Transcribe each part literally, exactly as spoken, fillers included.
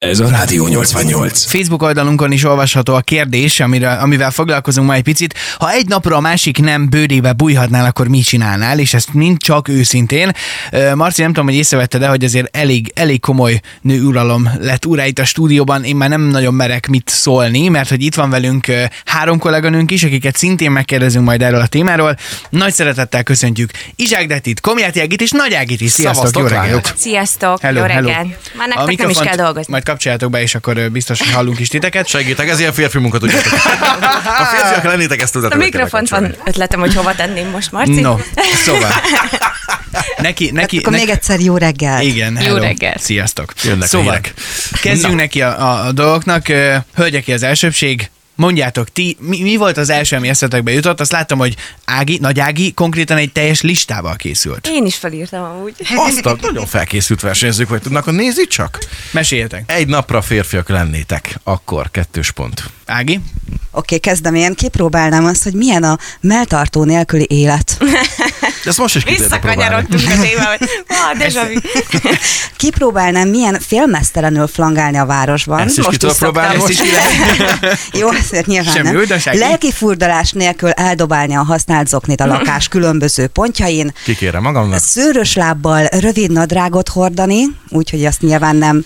Ez a Rádió nyolcvannyolc. Facebook oldalunkon is olvasható a kérdés, amire, amivel foglalkozunk majd egy picit. Ha egy napra a másik nem bőrébe bújhatnál, akkor mit csinálnál? És ezt mind csak őszintén. Marci, nem tudom, hogy észrevetted, de hogy azért elég, elég komoly nőuralom lett úrá itt a stúdióban. Én már nem nagyon merek mit szólni, mert hogy itt van velünk három kolléganőnk is, akiket szintén megkérdezünk majd erről a témáról. Nagy szeretettel köszöntjük Izsák Dettit, Komjáti Ágit és Nagy Ágit is. Sziasztok, jó reggelt! Sziasztok, hello, jó hello. reggelt! Már nektek nem is kell dolgozni. Majd kapcsoljátok be, és akkor biztos, hogy hallunk is titeket. Segítek, ez ilyen férfi munka, tudjátok. A férfiak lennétek, ezt tudjátok. A mikrofont van ötletem, hogy hova tenném most, Marci. No, szóval. Neki, neki, akkor neki... még egyszer jó reggel. Igen, hello. Jó reggel. Sziasztok. Jönnek szóval, kezdjünk Na. neki a, a, a dolgoknak. Hölgyeké az elsőbség. Mondjátok, ti, mi, mi volt az első, ami eszetekbe jutott? Azt láttam, hogy Ági, Nagy Ági konkrétan egy teljes listával készült. Én is felírtam amúgy. Azt a nagyon felkészült versenyzők vagytok, akkor nézzük csak. Meséljetek. Egy napra férfiak lennétek, akkor kettős pont. Ági? Oké, okay, kezdem én. Kipróbálnám azt, hogy milyen a melltartó nélküli élet. De ezt most is kitértek próbálni. Visszakanyarodtunk a témába, hogy ah, déjà vu. Kipróbálnám, milyen félmeztelenül flangálni a városban. Ezt is ki tudod próbálni most? Is Jó, azért nyilván Semmi nem. újdonság. Lelki furdalás nélkül eldobálni a használt zoknit a lakás különböző pontjain. Kikérem magamnak. Szőrös lábbal rövid nadrágot hordani, úgyhogy azt nyilván nem,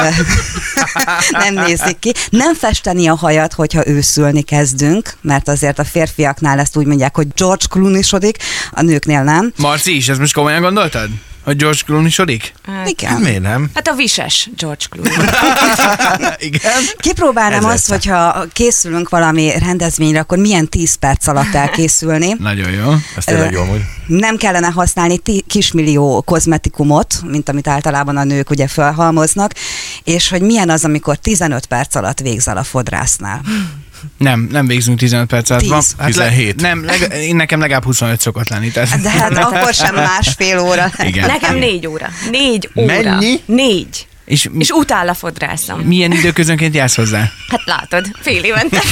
nem nézik ki. Nem festeni a hajat, hogyha őszülni kezdünk, mert azért a férfiaknál ezt úgy mondják, hogy George Clooney-sodik, a nőknél nem. Marci is, ezt most komolyan gondoltad? Hogy George Clooney-sodik? Hát, Igen. Miért nem? hát a vises George Clooney. Igen. Kipróbálnám Ez azt, hogyha készülünk valami rendezvényre, akkor milyen tíz perc alatt elkészülni. Nagyon jó. Ez tényleg jó amúgy. Nem kellene használni tí- kismillió kozmetikumot, mint amit általában a nők ugye felhalmoznak, és hogy milyen az, amikor tizenöt perc alatt végzel a fodrásznál. Nem, nem végzünk tizenöt perc alatt. tíz. Van, hát tizenhét. Le, nem, leg, én nekem legalább huszonöt szokott lenni. Tehát... De hát akkor sem másfél óra. Igen. Nekem négy óra. Négy óra. Mennyi? Négy. És, És utána fodrászom. milyen időközönként jársz hozzá? Hát látod, fél évente.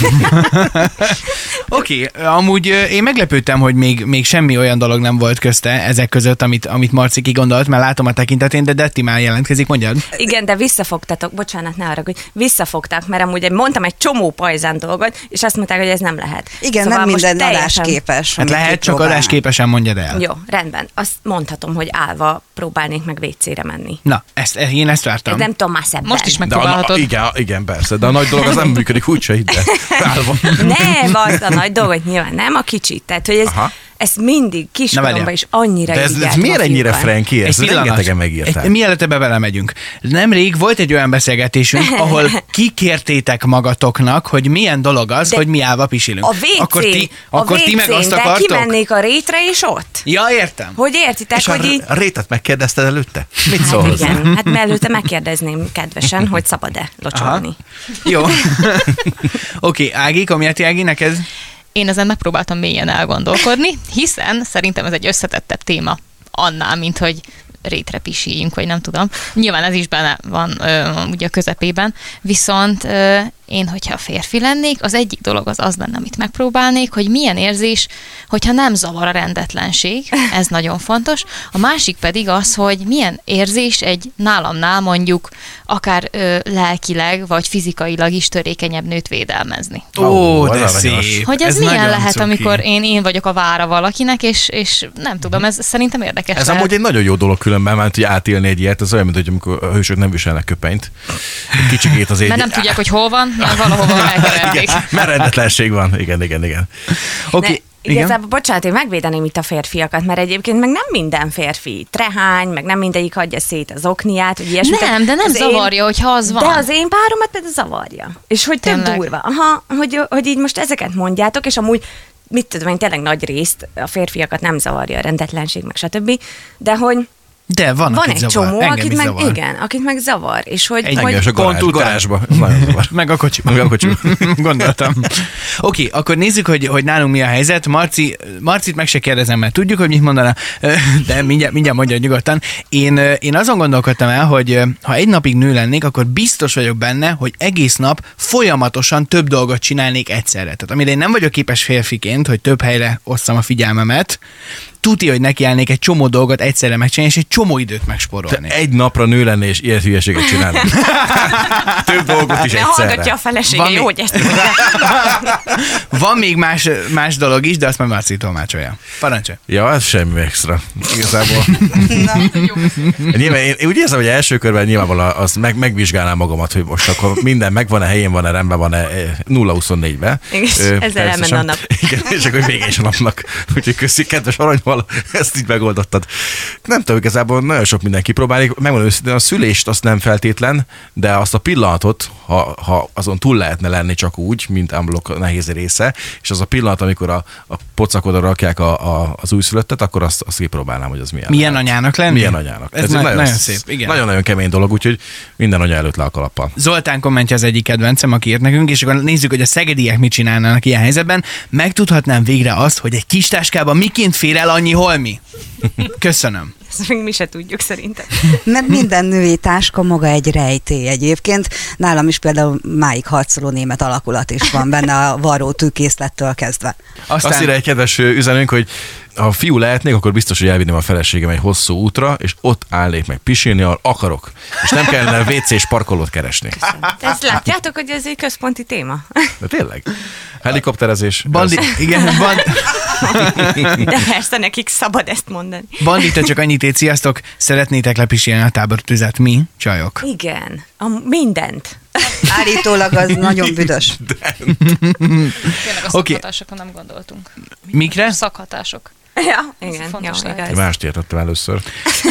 Oké, okay, amúgy én meglepődtem, hogy még, még semmi olyan dolog nem volt közte ezek között, amit, amit Marci kigondolt, mert látom a tekintetén, de Detti már jelentkezik, mondjad. Igen, de visszafogtatok, bocsánat, ne arra, hogy visszafogtak, mert amúgy mondtam egy csomó pajzán dolgot, és azt mondták, hogy ez nem lehet. Igen, szóval nem minden teljesen... adásképes. Hát lehet, csak adásképesen mondjad el. Jó, rendben. Azt mondhatom, hogy állva próbálnék meg vécére menni. Na, ezt, én ezt vártam. Ez nem tudom már szebben. Most is De a, megpróbálhatod. igen, igen, persze, de a nagy dolog az nem működik, úgyse hidd el. Nem, az a nagy dolog, hogy nyilván nem a kicsit. Tehát, hogy ez, Aha. ez mindig kiskoromban is annyira De ez, így ez járt miért a ennyire fiúkkal. Frankie? Ezt rengetegen megírták. Egy, mielőtt ebbe belemegyünk. Nemrég volt egy olyan beszélgetésünk, ahol kikértétek magatoknak, hogy milyen dolog az, De hogy mi állva pisilünk. A vécén, Akkor ti, a akkor ti meg vécén, azt de akartok? kimennék a rétre, és ott. Ja, értem. Hogy értitek, És hogy így... a rétet megkérdezted előtte? Mit Hát szól hozzá? igen, hát mellőtte megkérdezném kedvesen, hogy szabad-e locsolni. Jó. Oké, okay, Ági, Komjáti Ági, neked? Én ezen megpróbáltam mélyen elgondolkodni, hiszen szerintem ez egy összetettebb téma annál, mint hogy rétre pisíjünk, vagy nem tudom. Nyilván ez is benne van ö, ugye a közepében, viszont ö, én, hogyha férfi lennék, az egyik dolog az az lenne, amit megpróbálnék, hogy milyen érzés, hogyha nem zavar a rendetlenség, ez nagyon fontos. A másik pedig az, hogy milyen érzés egy nálamnál mondjuk akár ö, lelkileg, vagy fizikailag is törékenyebb nőt védelmezni. Ó, Ó, de ez szép. aranyos. Hogy ez, ez milyen nagyon lehet, cuki. amikor én, én vagyok a vára valakinek, és, és nem tudom, ez szerintem érdekes Ez lehet. amúgy egy nagyon jó dolog különben, mert hogy átélni egy ilyet, az olyan, mint hogy amikor a hősök nem viselnek köpenyt. Egy kicsikét azért... Mert nem tudják, hogy hol van, mert valahova elkerelték. Igen, mert rendetlenség van. Igen, igen, igen. Oké, Ne, igen. igazából, bocsánat, én megvédeném itt a férfiakat, mert egyébként meg nem minden férfi trehány, meg nem mindegyik hagyja szét az okniát, hogy ilyesmit. Nem, de nem Az zavarja, hogyha az van. De az én páromat például zavarja. És hogy tök Tényleg. durva. Aha, hogy, hogy így most ezeket mondjátok, és amúgy mit tudom én, tényleg nagy részt a férfiakat nem zavarja a rendetlenség, meg stb. De hogy De van, van akit egy zavar. csomó, Engem akit is meg, zavar. igen, akit meg zavar. És hogy, Egy- hogy Engem is a garázs, Pont után. garázsba. Nagyon zavar. Meg a kocsiban. Meg a kocsiban. Gondoltam. Oké, okay, akkor nézzük, hogy, hogy nálunk mi a helyzet. Marci, Marcit meg se kérdezem, mert tudjuk, hogy mit mondana, de mindjárt, mindjárt mondja nyugodtan. Én, én azon gondolkodtam el, hogy ha egy napig nő lennék, akkor biztos vagyok benne, hogy egész nap folyamatosan több dolgot csinálnék egyszerre. Tehát amire én nem vagyok képes férfiként, hogy több helyre osszam a figyelmemet, tuti, hogy nekiállnék egy csomó dolgot egyszerre megcsinálni, és egy csomó időt megspórolni. Te egy napra nő lenni, és ilyen hülyeséget csinálni. több dolgot is Ne egyszerre. hallgatja a felesége, Van jó, mi- hogy ezt mondja. Van még más, más dolog is, de azt majd Marci tolmácsolja. Parancsolj. Ja, ez semmi extra. Igazából. Nyilván én, én úgy érzem, hogy első körben nyilvánvalóan az meg, megvizsgálnám magamat, hogy most akkor minden megvan-e, helyén van-e, rendben van-e nulla huszonnégybe. És Ö, ezzel elment természetesen. a nap. Igen, és akkor vége is a napnak. Úgyhogy köszi, kedves aranyval, ezt így megoldottad. Nem tudom, igazából nagyon sok minden kipróbálni. Megmondom őszintén, a szülést azt nem feltétlen, de azt a pillanatot, ha, ha azon túl lehetne lenni csak úgy, mint unblock nehéz része, és az a pillanat, amikor a, a pocakodra rakják a, a, az újszülöttet, akkor azt, azt kipróbálnám, hogy az milyen. Milyen anyának lenni? Milyen anyának. Ez, Ez na- nagyon, nagyon szép, igen. Nagyon-nagyon kemény dolog, úgyhogy minden anya előtt le a kalappal. Zoltán kommentje az egyik kedvencem, aki írt nekünk, és akkor nézzük, hogy a szegediek mit csinálnának ilyen helyzetben. Megtudhatnám végre azt, hogy egy kis táskában miként fér el annyi holmi? Köszönöm. Ezt még mi se tudjuk szerintem. Mert minden női táska maga egy rejtély egyébként. Nálam is például máig harcoló német alakulat is van benne a varró tűkészlettől kezdve. Aztán... Azt írja egy kedves üzenőnk, hogy ha fiú lehetnék, akkor biztos, hogy elvinném a feleségem egy hosszú útra, és ott állnék meg pisilni, ahol akarok. És nem kellene vé cés parkolót keresni. De ezt látjátok, hogy ez egy központi téma? De tényleg. Helikopterezés. Bandi... ez- Igen, band... De persze nekik szabad ezt mondani. Bandita csak annyit ét, sziasztok, szeretnétek lepisilni a tábortüzet, mi, csajok? Igen, a mindent. Állítólag az nagyon büdös. Tényleg a Oké. szakhatásokon nem gondoltunk. Mikre? Szakhatások. Ja, igen, fontos jó, lehet. igaz. Mást értettem először.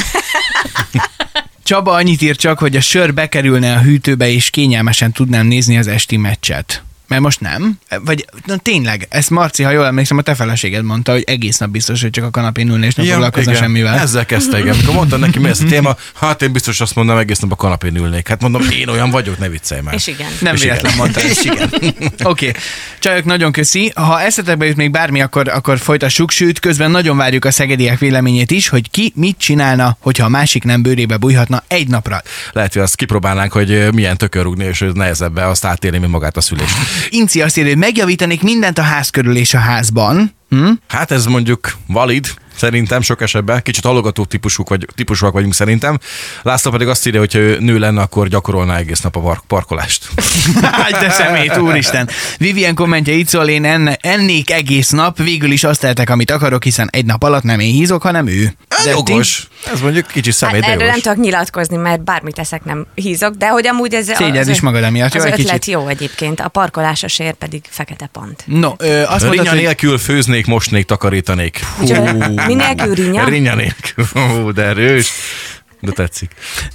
Csaba annyit ír csak, hogy a sör bekerülne a hűtőbe, és kényelmesen tudnám nézni az esti meccset. Mert most nem? Vagy na, tényleg, ezt Marci, ha jól emlékszem, a te feleséged mondta, hogy egész nap biztos, hogy csak a kanapén ülne, és nem foglalkozna semmivel. Ezzel kezdte, igen. Amikor mondtam neki, mi ez a téma, hát én biztos azt mondom, egész nap a kanapén ülnék. Hát mondom, én olyan vagyok, ne viccelj már. És igen. Nem És véletlen igen. mondta ezt. Igen. Oké. Okay. Csajok, nagyon köszi. Ha eszetekbe jut még bármi, akkor, akkor folytassuk, sőt, közben nagyon várjuk a szegediek véleményét is, hogy ki mit csinálna, hogyha a másik nem bőrébe bújhatna egy napra. Lehet, hogy azt kipróbálnánk, hogy milyen tökörrugni, és hogy nehezebb azt átélni, mint magát a szülést. Inci azt írja, hogy megjavítanék mindent a ház körül és a házban. Hm? Hát ez mondjuk valid, szerintem sok esetben. Kicsit halogató típusúk vagy, típusúak vagyunk szerintem. László pedig azt írja, hogy ha ő nő lenne, akkor gyakorolná egész nap a park- parkolást. Hát de szemét, úristen. Vivian kommentje így szól, én enne, ennék egész nap, végül is azt tehetek, amit akarok, hiszen egy nap alatt nem én hízok, hanem ő. Ez jogos. Ez mondjuk kicsi Hát személy, de erről nem jogos. tudok nyilatkozni, mert bármit eszek, nem hízok, de hogy amúgy ez... Szégyeld az- is magad emiatt, jó, Az egy ötlet kicsit? jó egyébként, a parkolásos sér pedig fekete pont. No, ö, azt mondtad, Rinya hogy... nélkül főznék, mosnék, takarítanék. Micsoda? Mi nélkül rinya? Rinya nélkül. Hú, de erős. De tetszik.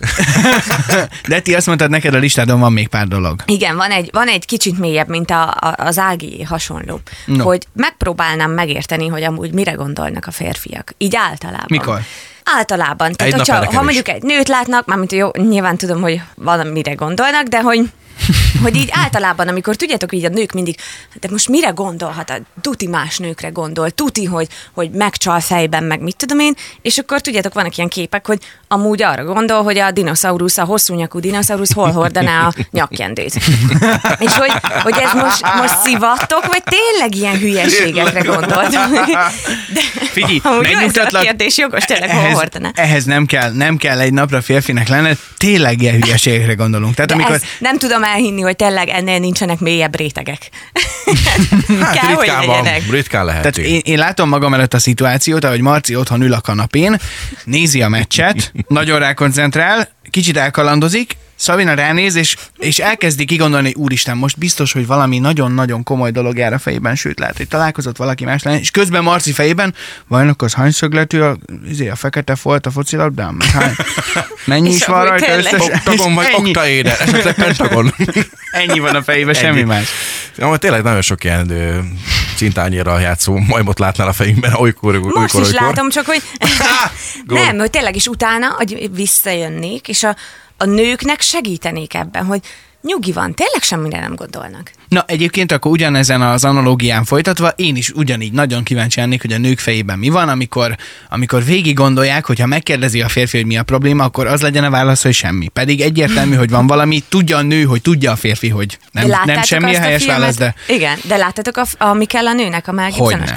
De ti azt mondtad, neked a listádon van még pár dolog. Igen, van egy, van egy kicsit mélyebb, mint a, a, az Ági hasonló, No. no. hogy megpróbálnám megérteni, hogy amúgy mire gondolnak a férfiak. Így általában. Mikor? Általában. Tehát, Egy nap hogyha, erre ha kevés. mondjuk egy nőt látnak, mármint jó, nyilván tudom, hogy valamire gondolnak, de hogy hogy így általában, amikor tudjátok, így a nők mindig, de most mire gondolhat? A tuti más nőkre gondol, tuti, hogy, hogy megcsal fejben, meg mit tudom én, és akkor tudjátok, vannak ilyen képek, hogy amúgy arra gondol, hogy a dinoszaurusz, a hosszú nyakú dinoszaurusz hol hordaná a nyakkendőt. És hogy, hogy ez most, most szivattok, vagy tényleg ilyen hülyeségekre gondoltok? De Figyelj, amúgy jó, ez a megnyugtatlak. kérdés jogos, tényleg hol ehhez, hordaná. ehhez nem kell, nem kell egy napra férfinek lenned, tényleg ilyen hülyeségekre gondolunk. Tehát De amikor... ezt nem tudom elhinni, hogy tényleg ennél nincsenek mélyebb rétegek. Hát Kell, hogy ritkán van, legyenek. ritkán Tehát lehető. én, én látom magam előtt a szituációt, ahogy Marci otthon ül a kanapén, nézi a meccset, nagyon rákoncentrál, kicsit elkalandozik, Szabina ránéz, és, és elkezdi kigondolni, hogy úristen, most biztos, hogy valami nagyon-nagyon komoly dolog jár a fejében, sőt, lehet, hogy találkozott valaki más lenni, és közben Marci fejében, vajon az hány szögletű a, izé, a fekete folt a focilabdám? Hány? Mennyi És is van amúgy rajta tényleg. összesen? Oktagon vagy Ennyi. oktaéder, esetleg pentagon. Ennyi van a fejében, semmi Ennyi. más. Ja, majd tényleg nagyon sok ilyen ö, cintányéra játszó majmot látnál a fejünkben, olykor, olykor, Most olykor. is látom, csak hogy Gond. nem, hogy tényleg is utána, hogy visszajönnék, és a, a nőknek segítenék ebben, hogy nyugi van, tényleg semmire nem gondolnak. Na, egyébként akkor ugyanezen az analógián folytatva, én is ugyanígy nagyon kíváncsi lennék, hogy a nők fejében mi van, amikor, amikor végig gondolják, hogy ha megkérdezi a férfi, hogy mi a probléma, akkor az legyen a válasz, hogy semmi. Pedig egyértelmű, hogy van valami, tudja a nő, hogy tudja a férfi, hogy nem, De láttátok nem semmi a azt helyes filmet? válasz, de Igen, de láttátok, a, ami kell a nőnek a Mel Gibsonos? hogyne.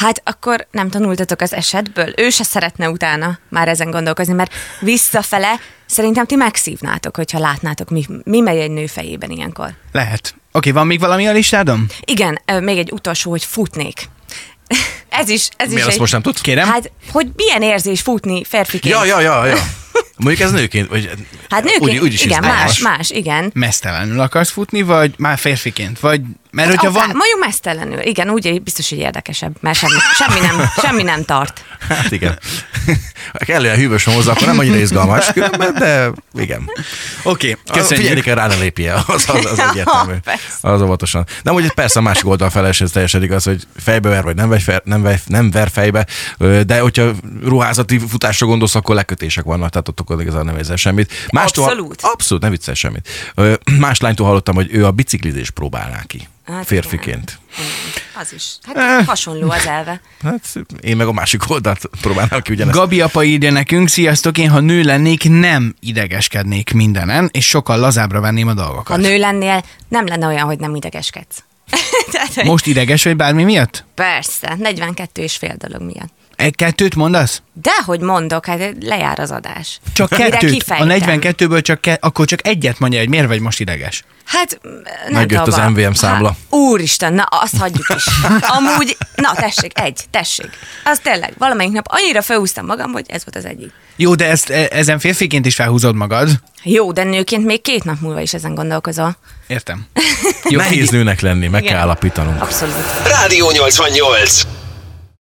Hát akkor nem tanultatok az esetből? Ő se szeretne utána már ezen gondolkozni, mert visszafele szerintem ti megszívnátok, hogyha látnátok, mi, mi megy egy nő fejében ilyenkor. Lehet. Oké, van még valami a listádon? Igen, ö, még egy utolsó, hogy futnék. Ez is, ez Miért is azt egy... most nem tudsz? Kérem? Hát, hogy milyen érzés futni férfiként? Ja, ja, ja, ja. Mondjuk ez nőként, vagy Hát nőként, úgy, úgy is igen, izgalmas. más, más, igen. Mesztelenül akarsz futni, vagy már férfiként? Vagy, mert Hát hogyha akár, van... Mondjuk mesztelenül, igen, úgy biztos, hogy érdekesebb, mert semmi, semmi, nem, semmi nem tart. Hát igen. Ha kellően hűvös van hozzá, akkor nem annyira izgalmas, különben, de igen. Oké, Köszönjük. Figyelj, köszönjük. kell rá ne lépje, az, az, az egyértelmű. Persze. Az óvatosan. De úgy persze a másik oldal fele ez teljesen igaz, hogy fejbe ver, vagy nem ver, fe- nem, ver, nem ver fejbe, de hogyha ruházati futásra gondolsz, akkor lekötések vannak, tehát ott akkor igazán nem érzel semmit. Mástól, Abszolút. Abszolút, nem vicces semmit. Más lánytól hallottam, hogy ő a biciklizést próbálná ki. Hát Férfiként. Az is. Hát hasonló az elve. Hát én meg a másik oldalt próbálnám ki ugyanezt. Gabi apa írja nekünk, sziasztok, én ha nő lennék, nem idegeskednék mindenen, és sokkal lazábbra venném a dolgokat. Ha nő lennél, nem lenne olyan, hogy nem idegeskedsz. Tehát, hogy Most ideges vagy bármi miatt? persze, negyvenkettő és fél dolog miatt. Egy kettőt mondasz? Dehogy mondok, hát lejár az adás. Csak Mire kettőt. A kifejtem? negyvenkettőből csak ke- akkor csak egyet mondja, hogy miért vagy most ideges. Hát nem Megjött tudom, az em vé em számla. Hát, úristen, na azt hagyjuk is. Amúgy, na tessék, egy, tessék. Az tényleg, valamelyik nap annyira felhúztam magam, hogy ez volt az egyik. Jó, de ezt, e- ezen férfiként is felhúzod magad. Jó, de nőként még két nap múlva is ezen gondolkozol. Értem. Jó, Nehéz nőnek lenni, meg Igen. kell állapítanunk. Abszolút. Rádió nyolcvannyolc.